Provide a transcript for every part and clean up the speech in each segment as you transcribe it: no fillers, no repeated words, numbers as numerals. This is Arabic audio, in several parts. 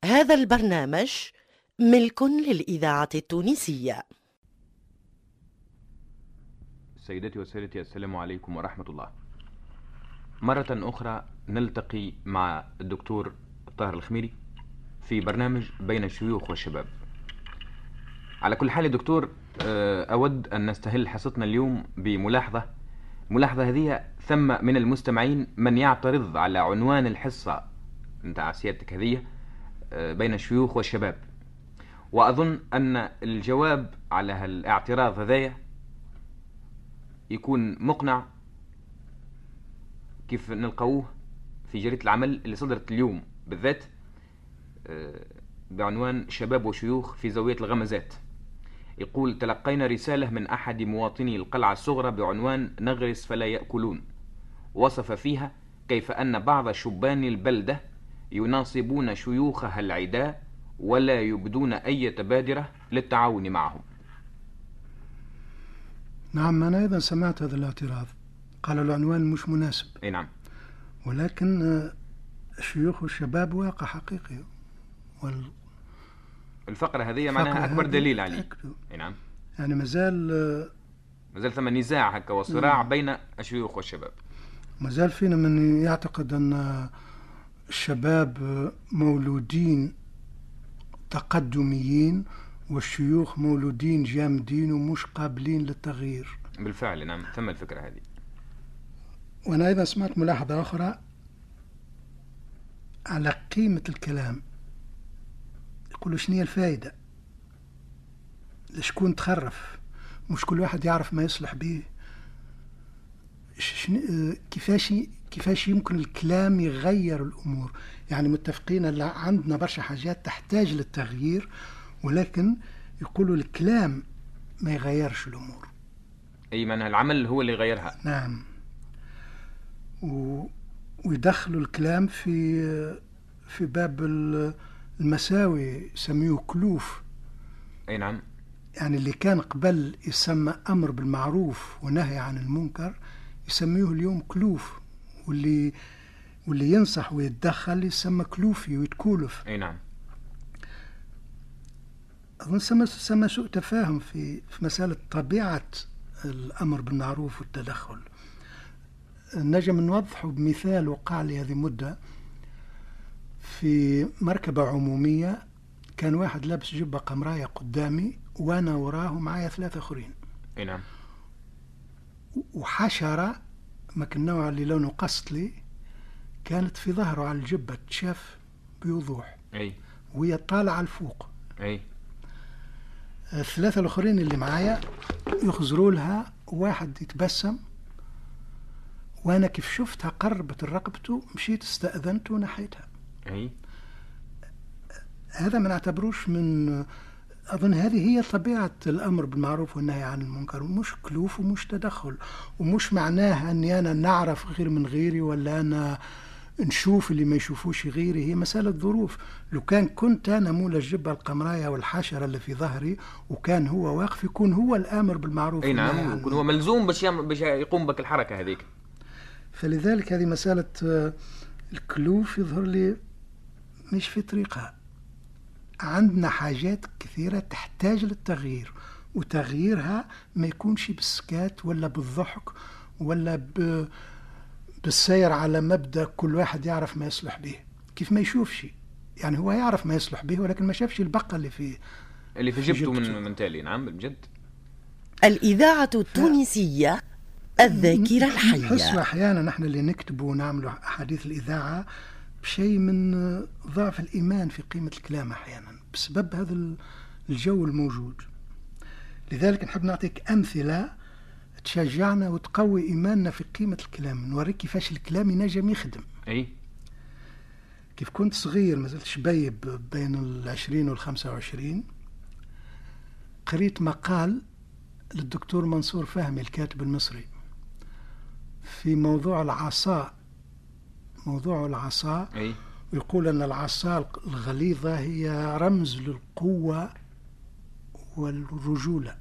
هذا البرنامج ملك للإذاعة التونسية. سيدتي وسادتي، السلام عليكم ورحمة الله. مرة أخرى نلتقي مع الدكتور طاهر الخميري في برنامج بين الشيوخ والشباب. على كل حال دكتور، أود أن نستهل حصتنا اليوم بملاحظة هذه. ثم من المستمعين من يعترض على عنوان الحصة نتاع سيادتك هذه بين الشيوخ والشباب، وأظن أن الجواب على هالاعتراض هذايا يكون مقنع كيف نلقوه في جريدة العمل اللي صدرت اليوم بالذات بعنوان شباب وشيوخ في زاوية الغمزات. يقول: تلقينا رسالة من أحد مواطني القلعة الصغرى بعنوان نغرس فلا يأكلون، وصف فيها كيف أن بعض شبان البلدة يناصبون شيوخها العداء ولا يبدون أي تبادرة للتعاون معهم. نعم، أنا أيضا سمعت هذا الاعتراض، قالوا العنوان مش مناسب. أي نعم، ولكن الشيوخ والشباب واقع حقيقي، الفقرة هذه معناها أكبر دليل عليه. أي نعم، يعني مازال ثم نزاع هكا وصراع بين الشيوخ والشباب. مازال فينا من يعتقد أن الشباب مولودين تقدميين والشيوخ مولودين جامدين ومش قابلين للتغيير. بالفعل نعم، ثم الفكرة هذه. وأنا أيضا سمعت ملاحظة أخرى على قيمة الكلام. يقولوا شنية الفائدة لشكون تخرف، مش كل واحد يعرف ما يصلح به. كيفاش يمكن الكلام يغير الأمور؟ يعني متفقين أن عندنا برشا حاجات تحتاج للتغيير، ولكن يقولوا الكلام ما يغيرش الأمور. أي معنى العمل هو اللي يغيرها. نعم، ويدخلوا الكلام في باب المساوي، يسميه كلوف. أي نعم، يعني اللي كان قبل يسمى أمر بالمعروف ونهي عن المنكر يسميه اليوم كلوف، واللي ينصح ويتدخل يسمى كلوفي ويتكولف. أي نعم، أظن سمى سوء تفاهم في مسألة طبيعة الأمر بالمعروف والتدخل. نجم نوضحه بمثال وقع لي هذه مدة في مركبة عمومية. كان واحد لابس جبة قمراية قدامي وأنا وراه معايا 3 آخرين. أي نعم، وحشرة ما كان نوع اللي لونه قسطلي كانت في ظهره على الجبة، تشاف بوضوح. أي، وهي طالعة الفوق. أي، 3 الآخرين اللي معايا يخزروا لها، واحد يتبسم، وأنا كيف شفتها قربت رقبته مشيت استأذنت ونحيتها. أي، هذا ما نعتبروش من، أظن هذه هي طبيعة الأمر بالمعروف والنهي عن المنكر، ومش كلوف ومش تدخل، ومش معناها أني أنا نعرف غير من غيري ولا أنا نشوف اللي ما يشوفوش غيري. هي مسألة ظروف. لو كنت أنا مول الجبة القمراية والحشرة اللي في ظهري وكان هو واقف، يكون هو الآمر بالمعروف. أي نعم، يكون هو ملزوم باش يقوم بك الحركة هذيك. فلذلك هذه مسألة الكلوف يظهر لي مش في طريقها. عندنا حاجات كثيرة تحتاج للتغيير، وتغييرها ما يكونش بالسكات ولا بالضحك ولا بالسير على مبدأ كل واحد يعرف ما يصلح به. كيف ما يشوفش، يعني هو يعرف ما يصلح به ولكن ما شافش البقى اللي في جبته من تالي. نعم بجد. الإذاعة التونسية الذاكرة الحية. نحسوا أحيانا نحن اللي نكتبوا ونعملوا أحاديث الإذاعة بشيء من ضعف الإيمان في قيمة الكلام أحيانا بسبب هذا الجو الموجود. لذلك نحب نعطيك أمثلة تشجعنا وتقوي إيماننا في قيمة الكلام، نوريك كيفاش الكلام ينجم يخدم. أي، كيف كنت صغير ما زلت شبيب بين 20 و25، قريت مقال للدكتور منصور فهمي الكاتب المصري في موضوع العصا. أي، ويقول أن العصا الغليظة هي رمز للقوة والرجولة.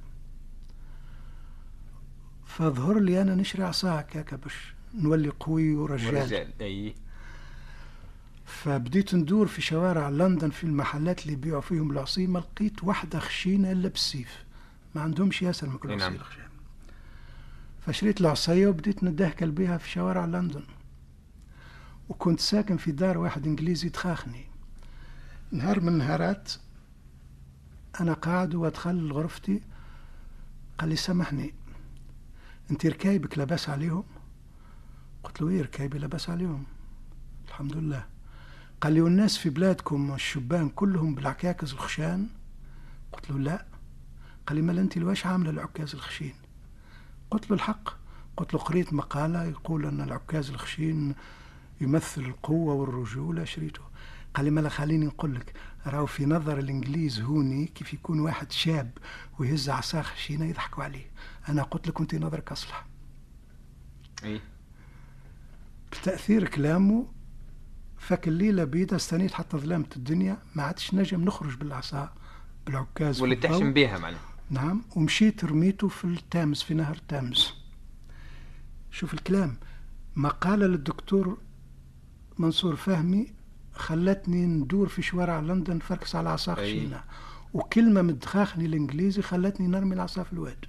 فظهر لي أنا نشري عصا هكاك باش نولي قوي ورجال. أي، فبديت ندور في شوارع لندن في المحلات اللي يبيعوا فيهم العصي، ما لقيت واحدة خشينة إلا بالسيف، ما عندهمش ياسر من كل عصير نعم. الخشب. فشريت العصاية وبديت ندهكل بها في شوارع لندن. وكنت ساكن في دار واحد إنجليزي تخاخني. نهار من النهارات أنا قاعد وأدخل غرفتي، قال لي سامحني أنت ركايبك لاباس عليهم؟ قلت له إيه ركايبي لاباس عليهم الحمد لله. قال لي والناس في بلادكم الشبان كلهم بالعكاكز الخشان؟ قلت له لا. قال لي ما أنت لواش عاملة العكاز الخشين؟ قلت له الحق. قلت له قريت مقالة يقول أن العكاز الخشين يمثل القوة والرجولة، شريته. قال لي ما خليني نقول لك، راهو في نظر الإنجليز هوني كيف يكون واحد شاب ويهز عصا خشينة يضحكوا عليه. أنا قلت لك أنت نظرك أصلح. إيه؟ بتأثير كلامه فك الليلة بيضة، استنيت حتى ظلامة الدنيا، ما عادش نجم نخرج بالعصا بالعكاز واللي تحشم بيها معناها. نعم. ومشيت رميته في التامز، في نهر التامز. شوف الكلام. مقالة للدكتور منصور فهمي خلتني ندور في شوارع لندن فركس على عصا خشينة. وكلمة من دخاخني الإنجليزي خلتني نرمي العصا في الواد.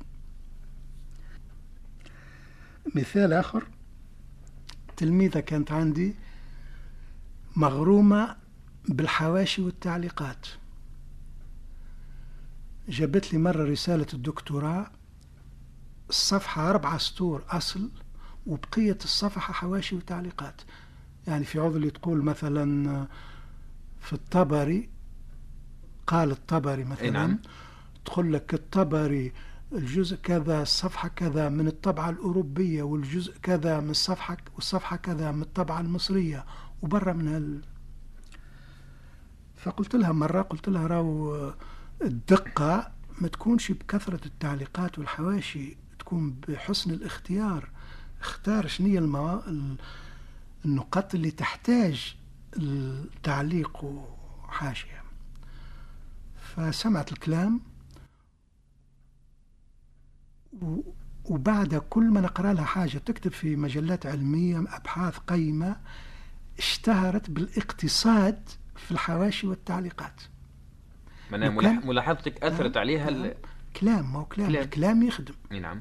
مثال آخر، تلميذة كانت عندي مغرومة بالحواشي والتعليقات، جابت لي مرة رسالة الدكتوراه، الصفحة 4 سطور أصل وبقية الصفحة حواشي وتعليقات. يعني في عضلي تقول مثلا في الطبري، قال الطبري مثلا، نعم. تقول لك الطبري الجزء كذا الصفحة كذا من الطبعة الأوروبية، والجزء كذا من الصفحة، والصفحة كذا من الطبعة المصرية، وبرا من فقلت لها مرة، قلت لها راو الدقة ما تكونش بكثرة التعليقات والحواشي، تكون بحسن الاختيار. اختار شنية النقاط اللي تحتاج التعليق وحاشية. فسمعت الكلام، وبعد كل ما نقرأ لها حاجة تكتب في مجلات علمية أبحاث قيمة، اشتهرت بالاقتصاد في الحواشي والتعليقات. ملاحظتك أثرت عليها كلام، ما هو كلام. الكلام يخدم. نعم.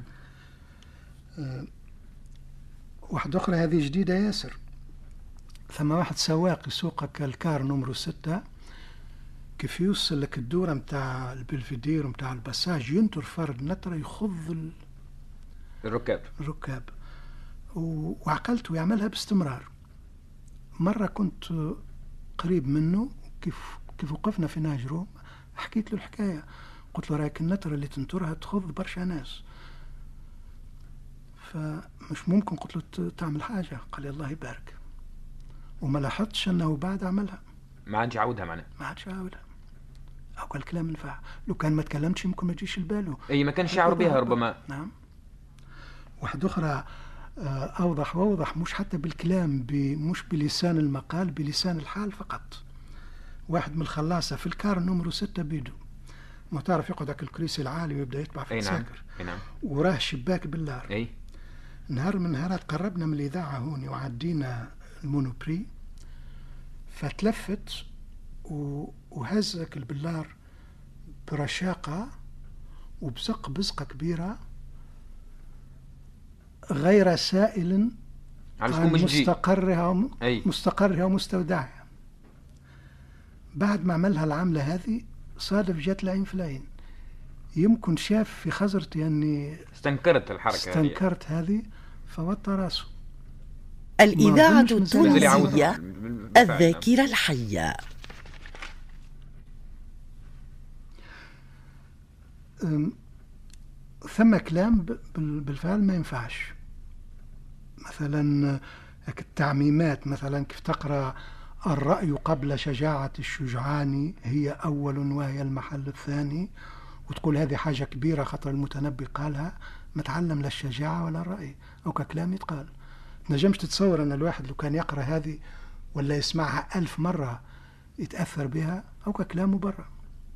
واحدة أخرى هذه جديدة ياسر. ثم واحد سواق يسوقك الكار نمرو 6، كيف يوصل لك الدورة متاع البلفدير متاع الباساج ينطر فرد نطرة يخض الركاب وعقلته يعملها باستمرار. مرة كنت قريب منه، كيف وقفنا في ناجرو، حكيت له الحكاية، قلت له رايك النطرة اللي تنطرها تخض برشا ناس، فمش ممكن. قلت له تعمل حاجة. قال لي الله يبارك. وما لاحظتش أنه بعد عملها، ما عادش عاودها معناها، ما عادش عاودها. أو كان الكلام نفع، لو كان ما تكلمتش يمكن ما تجيش الباله. أي ما كانش يعرف بها ربما. نعم. واحدة أخرى أوضح وأوضح، مش حتى بالكلام، مش بلسان المقال، بلسان الحال فقط. واحد من الخلاصة في الكار نمرو 6 بيدو، ما تعرف يقعد على الكرسي العالي ويبدأ يطبع في التساكر. نعم. وراه شباك بالنار. أي نهار من نهارات قربنا من الإذاعة هوني وعدينا المونوبري، فتلفت وهزك البلار برشاقة وبزق بزقة كبيرة غير سائل عن مستقرها ومستودعها. بعد ما عملها العملة هذه صادف جات العين في العين. يمكن شاف في خزرتي أني استنكرت هذه فوطى راسه. الإذاعة التونسية الذاكرة الحية. ثم كلام بالفعل ما ينفعش. مثلا التعميمات، مثلا كيف تقرأ الرأي قبل شجاعة الشجعان هي أول وهي المحل الثاني، وتقول هذه حاجة كبيرة خاطر المتنبي قالها، ما تعلم لا الشجاعة ولا الرأي، أو ككلام يتقال. نجمش تتصور أن الواحد لو كان يقرأ هذه ولا يسمعها 1000 مرة يتأثر بها، أو ككلامه برا.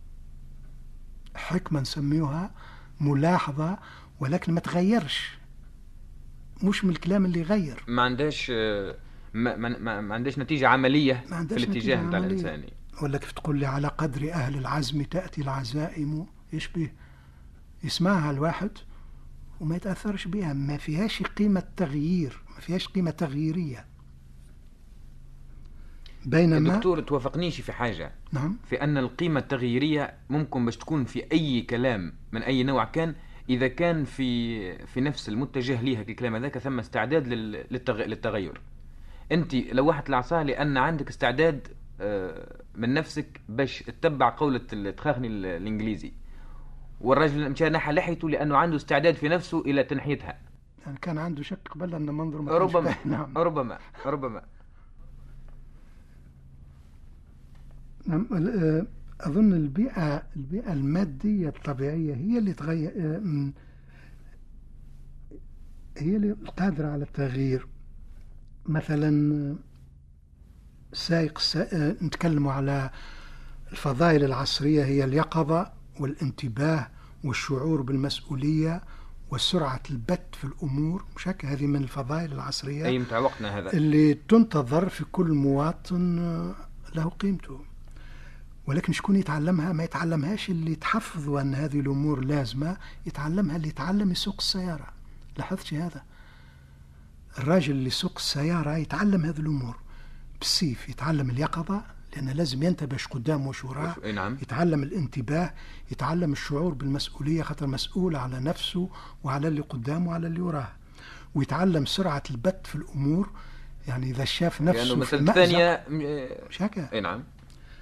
حكمة نسميوها، ملاحظة، ولكن ما تغيرش، مش من الكلام اللي يغير. ما عندهاش ما عندهاش نتيجة عملية في الاتجاه نتاع الإنسان. ولا كيف تقول لي على قدر أهل العزم تأتي العزائم، يشبه يسمعها الواحد وما يتأثرش بها، ما فيهاش قيمة تغيير، ما فيهاش قيمة تغييرية. بينما الدكتور توافقنيش في حاجة، نعم، في أن القيمة التغييرية ممكن باش تكون في أي كلام من أي نوع كان، إذا كان في نفس المتجه ليها كلام هذاك ثم استعداد للتغير. أنت لو واحد العصا لأن عندك استعداد من نفسك باش تتبع قولة التخاخني الإنجليزي، والرجل مشى نحى لحيته لأنه عنده استعداد في نفسه إلى تنحيتها. يعني كان عنده شك قبل أن منظر ما ربما نعم. ربما نعم. أظن البيئة المادية الطبيعية هي اللي تغير، هي اللي قادرة على التغيير. مثلا نتكلم على الفضائل العصرية، هي اليقظة والانتباه والشعور بالمسؤولية وسرعة البت في الأمور، مش هكا؟ هذه من الفضائل العصرية أي متاع وقتنا هذا اللي تنتظر في كل مواطن له قيمته. ولكن شكون يتعلمها؟ ما يتعلمهاش اللي تحفظ أن هذه الأمور لازمة، يتعلمها اللي يتعلم يسوق السيارة. لاحظت هذا؟ الراجل اللي يسوق السيارة يتعلم هذه الأمور بالسيف، يتعلم اليقظة لأن لازم ينتبه قدامه وش وراه. نعم. يتعلم الانتباه، يتعلم الشعور بالمسؤولية خاطر مسؤول على نفسه وعلى اللي قدامه وعلى اللي وراه، ويتعلم سرعة البت في الأمور. يعني إذا شاف نفسه يعني في المسألة الثانية مش هكا؟ أي نعم.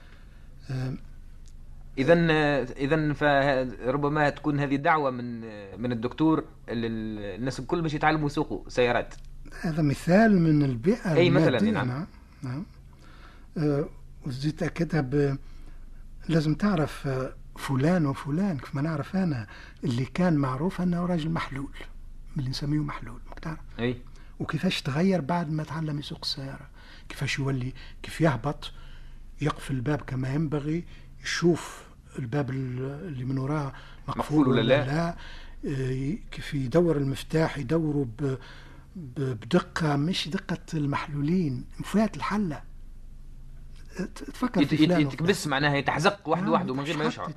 إذن فربما تكون هذه دعوة من الدكتور الناس الكل باش يتعلموا يسوقوا سيارات. هذا مثال من البيئة أي مثلا. نعم. نعم. وزيد تأكدها لازم تعرف فلان وفلان، كيف ما نعرف أنا اللي كان معروف أنه راجل محلول، من اللي نسميه محلول، تعرف؟ أي. وكيفاش تغير بعد ما تعلم يسوق السيارة، كيفاش يولي، كيف يهبط يقفل الباب كما ينبغي، يشوف الباب اللي من وراه مقفول ولا لا، كيف يدور المفتاح يدوره بدقة، مش دقة المحلولين، مفات الحلة. تفكر في فلان يتكبس معناها يتحزق وحده من غير ما يشعر.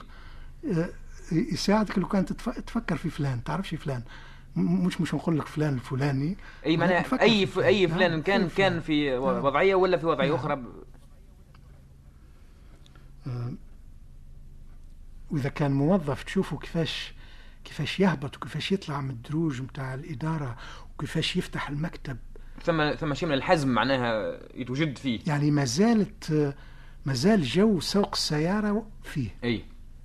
يساعدك لو كانت تفكر في فلان، تعرفش فلان، مش نقول لك فلان الفلاني، اي معناها اي فلان كان في وضعية ولا في وضعية أخرى. وإذا كان موظف تشوفه كيفاش يهبط وكيفاش يطلع من الدروج متاع الإدارة وكيفاش يفتح المكتب. ثم شيء من الحزم معناها يتوجد فيه. يعني ما زال جو سوق السيارة فيه. أي.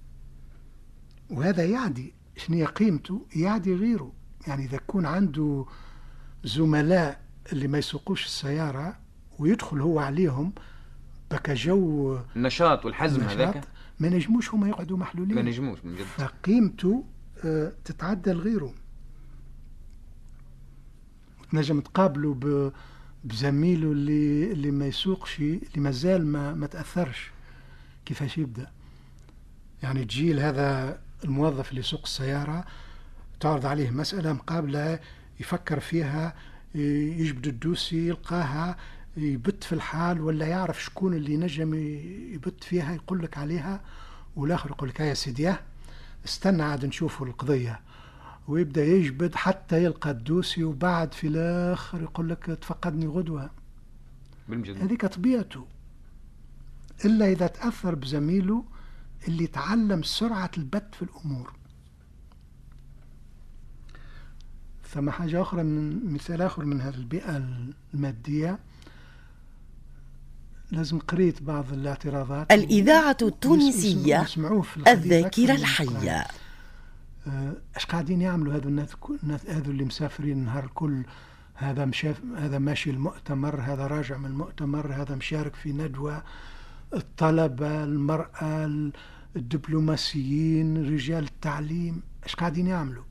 وهذا يعدي شنو قيمته، يعدي غيره. يعني إذا يكون عنده زملاء اللي ما يسوقوش السيارة ويدخل هو عليهم بكى جو النشاط والحزم هذاك، ما نجموش هما يقعدوا محلولين، ما نجموش من جد. فقيمته تتعدى لغيره. وتنجم تقابله بزميله اللي ما يسوقش، اللي مازال ما تأثرش كيفاش يبدأ. يعني تجيل هذا الموظف اللي يسوق السيارة تعرض عليه مسألة مقابلة يفكر فيها، يجبد الدوسي يلقاها يبت في الحال، ولا يعرف شكون اللي نجم يبت فيها يقول لك عليها، والآخر يقول لك يا سيدي استنى عاد نشوفوا القضية، ويبدأ يجبد حتى يلقى الدوسي، وبعد في الآخر يقول لك تفقدني غدوة. هذيك طبيعته، إلا إذا تأثر بزميله اللي تعلم سرعة البت في الأمور. ثم حاجة أخرى، من مثال آخر من هذه البيئة المادية، لازم قريت بعض الاعتراضات. الإذاعة التونسية الذاكرة الحية. ايش قاعدين يعملوا هذا اللي مسافرين النهار الكل، هذا ماشي المؤتمر، هذا راجع من المؤتمر، هذا مشارك في ندوة، الطلبة، المرأة، الدبلوماسيين، رجال التعليم، ايش قاعدين يعملوا؟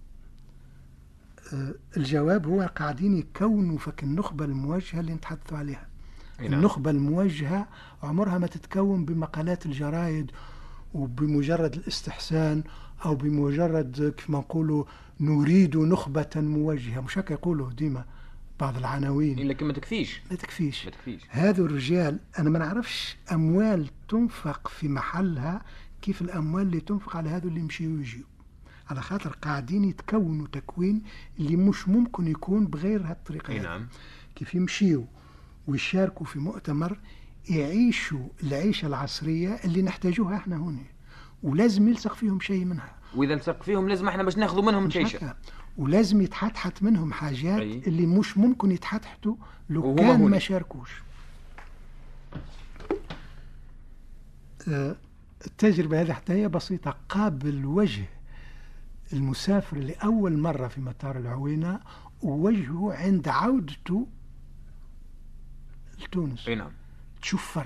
الجواب هو قاعدين يكونوا فك النخبة الموجهة اللي نتحدثوا عليها. النخبة الموجهة عمرها ما تتكون بمقالات الجرائد وبمجرد الاستحسان أو بمجرد كيف ما نقولوا نريد نخبة موجهة، مش هكا يقولوا ديما بعض العناوين لكن ما تكفيش. هذو الرجال أنا ما نعرفش أموال تنفق في محلها كيف الأموال اللي تنفق على هذو اللي يمشيوا ويجيوا، على خاطر قاعدين يتكونوا تكوين اللي مش ممكن يكون بغير هالطريقة. نعم. كيف يمشيوا ويشاركوا في مؤتمر يعيشوا العيشة العصرية اللي نحتاجوها احنا هنا، ولازم يلصق فيهم شيء منها، وإذا لصق فيهم لازم احنا باش ناخذوا منهم شيء، ولازم يتحتحت منهم حاجات اللي مش ممكن يتحتحتوا لو كان ما شاركوش. التجربة هذه حتى هي بسيطة. قابل وجه المسافر لأول مرة في مطار العوينة ووجهه عند عودته لتونس. نعم. تشوف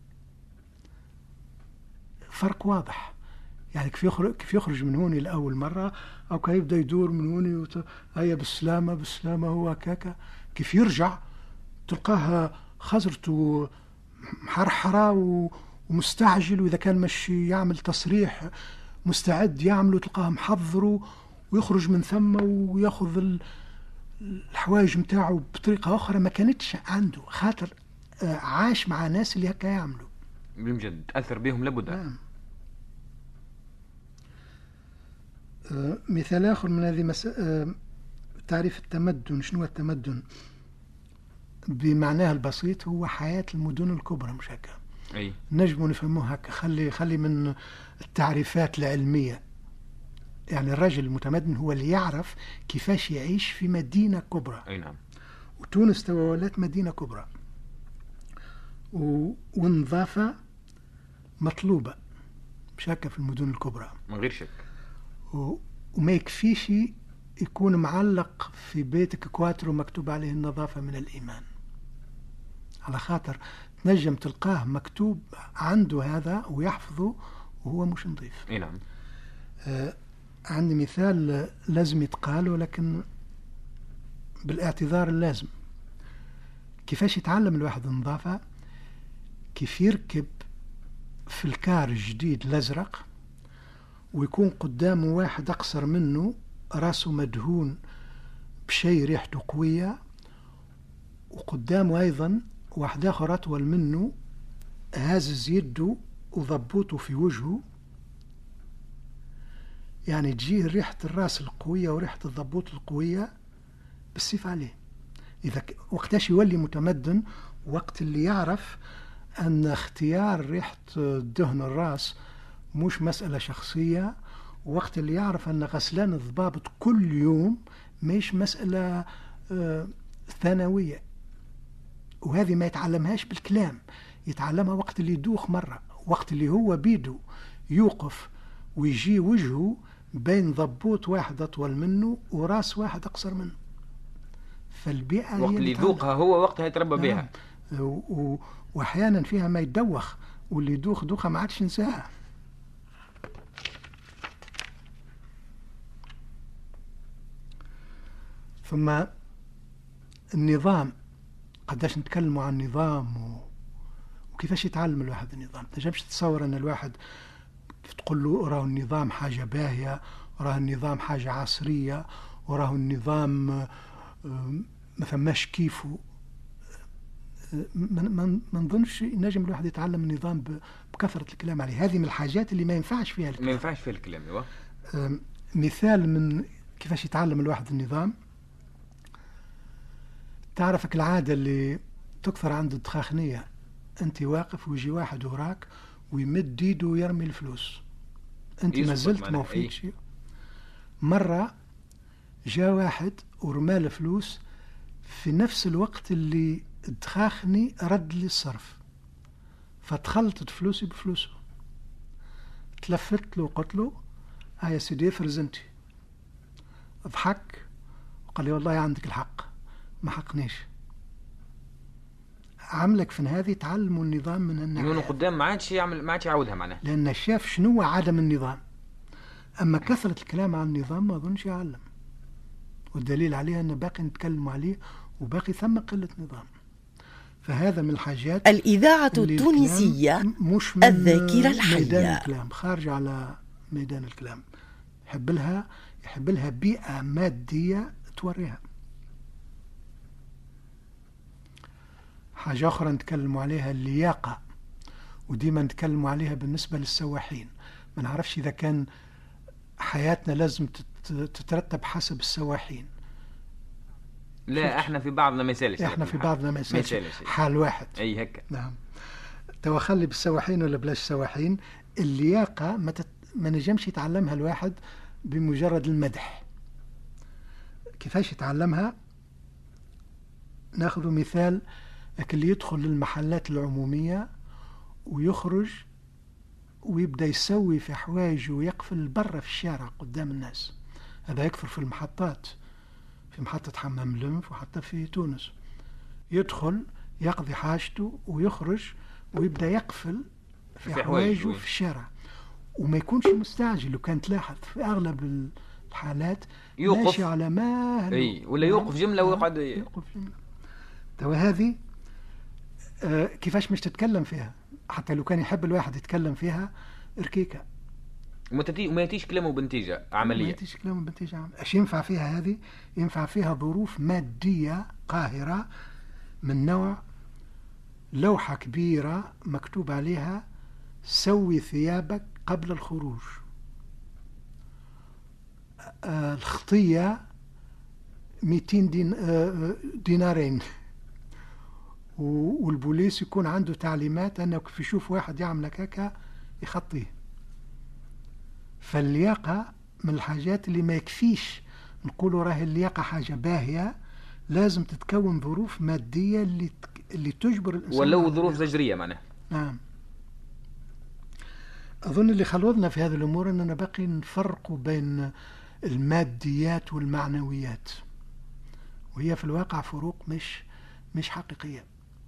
فرق واضح. يعني كيف يخرج من هوني لأول مرة أو كيف يبدأ يدور من هوني هيا بالسلامة هو كاكا، كيف يرجع تلقاها خزرته محرحرة ومستعجل، وإذا كان مش يعمل تصريح مستعد يعمله تلقاه محضره، ويخرج من ثم ويأخذ الحوايج متاعه بطريقة أخرى ما كانتش عنده، خاطر عاش مع ناس اللي هكا يعملوا بالمجد، تأثر بهم لابد. مثال آخر من هذه تعريف التمدن. شنو التمدن بمعناه البسيط؟ هو حياة المدن الكبرى، مش هكا؟ أي. نجم نفهموها هكا. خلي من التعريفات العلمية. يعني الرجل المتمدن هو اللي يعرف كيفاش يعيش في مدينة كبرى. أي نعم. وتونس تولت مدينة كبرى، والنظافة مطلوبة، مش هكا في المدن الكبرى من غير شك. وما يكفيش يكون معلق في بيتك كواترو مكتوب عليه النظافة من الإيمان، على خاطر تنجم تلقاه مكتوب عنده هذا ويحفظه وهو مش نظيف. اي نعم. عندي مثال لازم يتقال ولكن بالاعتذار اللازم. كيفاش يتعلم الواحد النظافة؟ كيف يركب في الكار الجديد الأزرق ويكون قدامه واحد أقصر منه راسه مدهون بشيء ريحته قوية، وقدامه أيضا واحد آخر أطول منه هازز يده وضبوطه في وجهه، يعني تجيه ريحة الراس القوية وريحة الضبوط القوية بالسيف عليه. إذا وقتاش يولي متمدن؟ وقت اللي يعرف أن اختيار ريحة دهن الراس مش مسألة شخصية، وقت اللي يعرف أن غسلان الضبابط كل يوم مش مسألة ثانوية. وهذه ما يتعلمهاش بالكلام، يتعلمها وقت اللي يدوخ مرة، وقت اللي هو بيده يوقف ويجي وجهه بين ضبوط واحد أطول منه وراس واحد أقصر منه. فالبيئة وقت اللي يذوقها هو وقتها يتربى بها. وأحيانا فيها ما يدوخ، واللي يدوخ دوخة ما عادش ينساها. ثم النظام، قداش نتكلموا عن النظام وكيفاش يتعلم الواحد النظام. تنجمش تتصور أن الواحد تقول له راه النظام حاجة باهية، وراه النظام حاجة عصرية، وراه النظام ما فماش كيفه. ما نظنش نجم الواحد يتعلم النظام بكثرة الكلام عليه. هذه من الحاجات اللي ما ينفعش فيها الكلام. ما ينفعش فيها الكلام. ايوه. مثال من كيفاش يتعلم الواحد النظام. تعرفك العادة اللي تكثر عند الدخاخنية، انت واقف ويجي واحد وراك ويمد يده ويرمي الفلوس، انت ما زلت ما وفيتش. مرة جاء واحد ورمى الفلوس في نفس الوقت اللي الدخاخني رد لي الصرف، فتخلطت فلوسي بفلوسه. تلفت له وقلت له يا سيدي افرز انت. ضحك وقال لي والله عندك الحق، ما حقنيش. عملك في هذه تعلموا النظام من الناحية. من قدام ما عادش يعودها معناه، لأن شاف شنو عدم النظام. أما كثرة الكلام عن النظام ما أظنش يعلم، والدليل عليه أن باقي نتكلم عليه وباقي ثم قلة نظام. فهذا من الحاجات. الإذاعة التونسية مش الذاكرة الحية، ميدان الكلام، خارج على ميدان الكلام. يحب لها بيئة مادية توريها. حاجة أخرى نتكلموا عليها اللياقة، وديما نتكلموا عليها بالنسبة للسواحين. ما نعرفش إذا كان حياتنا لازم تترتب حسب السواحين. لا احنا في بعضنا ما يسالش، احنا في بعضنا ما يسالش حال واحد. اي هكا. نعم. توا خلي بالسواحين ولا بلاش سواحين، اللياقة ما نجمش يتعلمها الواحد بمجرد المدح. كيفاش يتعلمها؟ ناخذ مثال اللي يدخل للمحلات العمومية ويخرج ويبدأ يسوي في حوايجه ويقفل برا في الشارع قدام الناس. هذا يكثر في المحطات، في محطة حمام لنف وحتى في تونس. يدخل يقضي حاجته ويخرج ويبدأ يقفل في حوايجه في الشارع، وما يكونش مستعجل. وكان تلاحظ في أغلب الحالات ماشي على مهله، اي ولا يوقف جملة ويقعد يوقف جملة. توا هذه كيفاش مش تتكلم فيها؟ حتى لو كان يحب الواحد يتكلم فيها ركيكة، وما ياتيش كلامه بنتيجة عملية. ما ياتيش كلامه بنتيجة عملية. ايش ينفع فيها هذه؟ ينفع فيها ظروف مادية قاهرة من نوع لوحة كبيرة مكتوب عليها سوي ثيابك قبل الخروج. الخطية 200 دينارين، والبوليس يكون عنده تعليمات أنه كيف يشوف واحد يعمل هكا يخطيه. فاللياقة من الحاجات اللي ما يكفيش نقولوا راهي اللياقة حاجة باهية، لازم تتكون ظروف مادية اللي تجبر الإنسان، ولو ظروف زجرية معناها. نعم. أظن اللي خلونا في هذه الأمور أننا باقي نفرق بين الماديات والمعنويات، وهي في الواقع فروق مش حقيقية.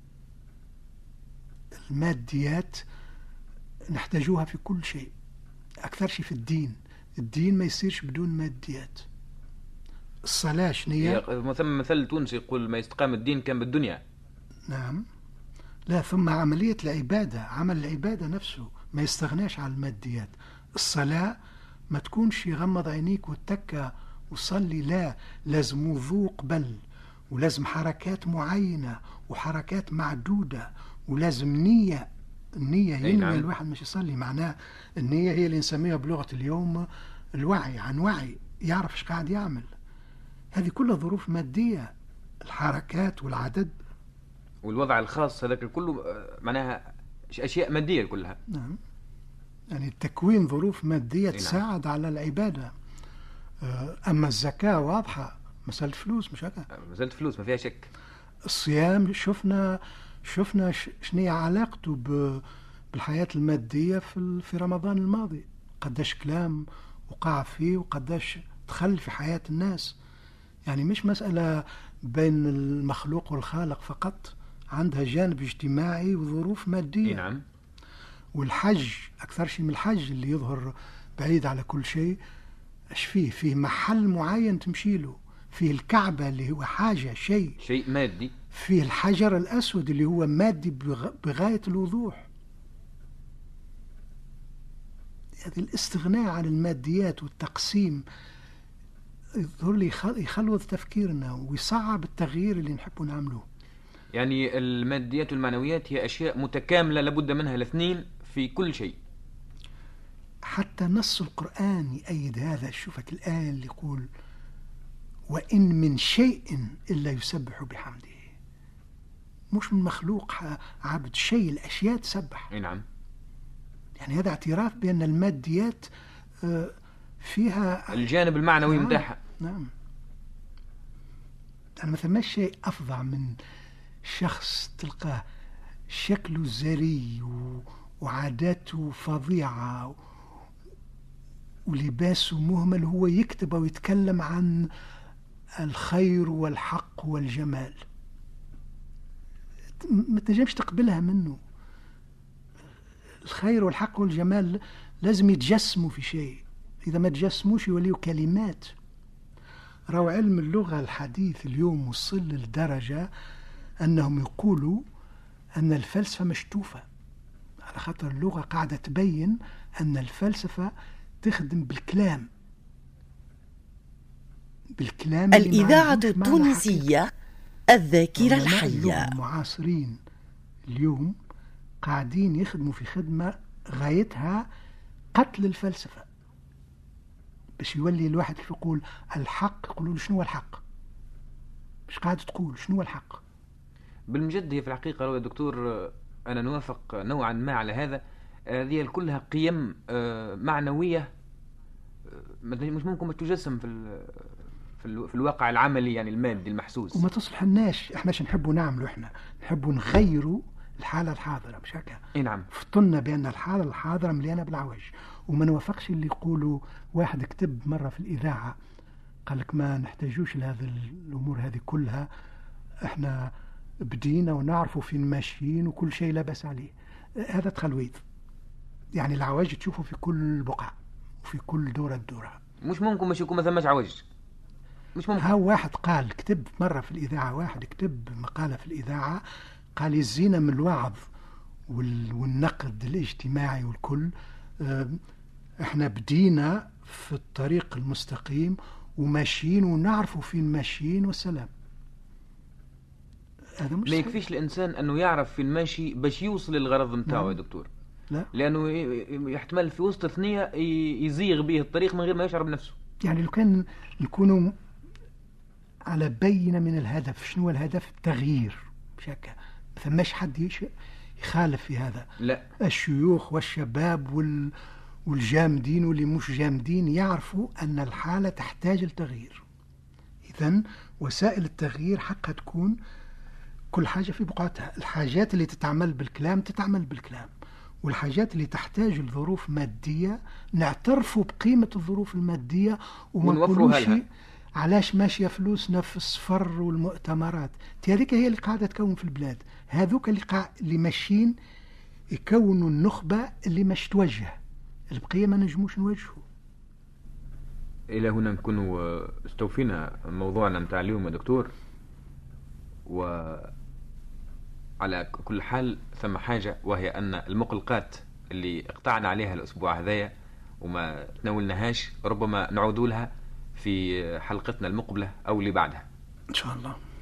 الماديات نحتاجوها في كل شيء، أكثر شيء في الدين. الدين ما يصيرش بدون ماديات. الصلاة شنية؟ مثل تونسي يقول ما يستقام الدين كان بالدنيا. نعم. لا، ثم عملية العبادة، عمل العبادة نفسه ما يستغناش عن الماديات. الصلاة ما تكونش يغمض عينيك وتتكى وصلي، لا، لازم وضوء قبل، ولازم حركات معينة وحركات معدودة، ولازم نية. النية هي نعم. الواحد مش يصلي، معناه النية هي اللي نسميها بلغة اليوم الوعي، عن وعي، يعرف ايش قاعد يعمل. هذه كلها ظروف مادية، الحركات والعدد والوضع الخاص، هذاك كله معناها أشياء مادية كلها. نعم. يعني تكوين ظروف مادية تساعد على العبادة. أما الزكاة واضحة، مسألة فلوس، مش هكا؟ مسألة فلوس ما فيها شك. الصيام شفنا شنية علاقته بالحياة المادية في رمضان الماضي، قداش كلام وقع فيه وقداش دخل في حياة الناس. يعني مش مسألة بين المخلوق والخالق فقط، عندها جانب اجتماعي وظروف مادية. نعم. والحج أكثر شيء من الحج اللي يظهر بعيد على كل شيء. ايش فيه محل معين تمشي له، فيه الكعبة اللي هو حاجة شيء مادي، فيه الحجر الأسود اللي هو مادي بغاية الوضوح. هذا الاستغناء عن الماديات والتقسيم يظهر لي يخلوض تفكيرنا ويصعب التغيير اللي نحب نعمله. يعني الماديات والمعنويات هي أشياء متكاملة لابد منها الاثنين في كل شيء. حتى نص القرآن يأيد هذا. شوفك الآية اللي يقول وإن من شيء إلا يسبح بحمده. مش من مخلوق عبد شيء، الأشياء تسبح. نعم. يعني هذا اعتراف بأن الماديات فيها الجانب المعنوي متاعها. نعم. يعني مثلا ما شيء أفظع من شخص تلقاه شكله زري وعاداته فظيعة ولباسه مهمل، هو يكتب ويتكلم عن الخير والحق والجمال، ما تنجمش تقبلها منه. الخير والحق والجمال لازم يتجسموا في شيء، إذا ما تجسموش يوليوا كلمات. راهو علم اللغة الحديث اليوم وصل لدرجة أنهم يقولوا أن الفلسفة مشتوفة، على خاطر اللغة قاعدة تبين أن الفلسفة تخدم بالكلام الإذاعة التونسية الذاكرة الحية. المعاصرين اليوم قاعدين يخدموا في خدمة غايتها قتل الفلسفة، باش يولي الواحد كيف يقول الحق يقولوا له شنو هو الحق، مش قاعد تقول شنو هو الحق. بالمجد هي في الحقيقة يا دكتور أنا نوافق نوعا ما على هذا. هذه كلها قيم معنوية مش ممكن تجسم في الواقع العملي، يعني المادي المحسوس، وما تصلح الناس. احنا شو نحبوا نعملوا؟ احنا نحبوا نغيروا الحالة الحاضرة، مش هكا؟ اي نعم. فطنا بأن الحالة الحاضرة مليانة بالعوج، وما نوافقش اللي يقولوا. واحد كتب مرة في الإذاعة قال لك ما نحتاجوش لهذه الأمور هذه كلها، احنا بدينا ونعرفوا فين ماشيين وكل شيء لا بأس عليه. هذا تخلويط، يعني العواج تشوفه في كل بقعة وفي كل دورة دورة. مش ممكن مش يكون ما ثماش عوج، مش ممكن. ها واحد قال كتب مرة في الإذاعة، واحد كتب مقالة في الإذاعة قال يزينا من الوعظ والنقد الاجتماعي والكل، احنا بدينا في الطريق المستقيم وماشيين ونعرفوا فين ماشيين والسلام. هذا مش ما يكفيش الإنسان أنه يعرف فين ماشي باش يوصل للغرض متاعه يا دكتور. لا، لأنه يحتمل في وسط ثنية يزيغ به الطريق من غير ما يشعر بنفسه. يعني لو كان نكونوا على بينة من الهدف، شنو الهدف؟ التغيير، مش هكا؟ ما ثماش حد يخالف في هذا. لا، الشيوخ والشباب والجامدين واللي مش جامدين يعرفوا أن الحالة تحتاج لتغيير. إذن وسائل التغيير حقها تكون كل حاجة في بقعتها. الحاجات اللي تتعمل بالكلام تتعمل بالكلام، والحاجات اللي تحتاج لظروف مادية نعترفوا بقيمة الظروف المادية وما نقولوش علاش ماشية فلوسنا في الصفر والمؤتمرات. هذيك هي اللي قاعدة تكون في البلاد، هذوك اللي ماشيين يكونوا النخبة اللي مش توجه، البقية ما نجموش نوجهوا. إلى هنا نكون استوفينا موضوعنا متاع اليوم يا دكتور. وعلى كل حال ثم حاجة، وهي أن المقلقات اللي اقطعنا عليها الأسبوع هذايا وما تناولناهاش ربما نعود لها في حلقتنا المقبلة أو اللي بعدها إن شاء الله.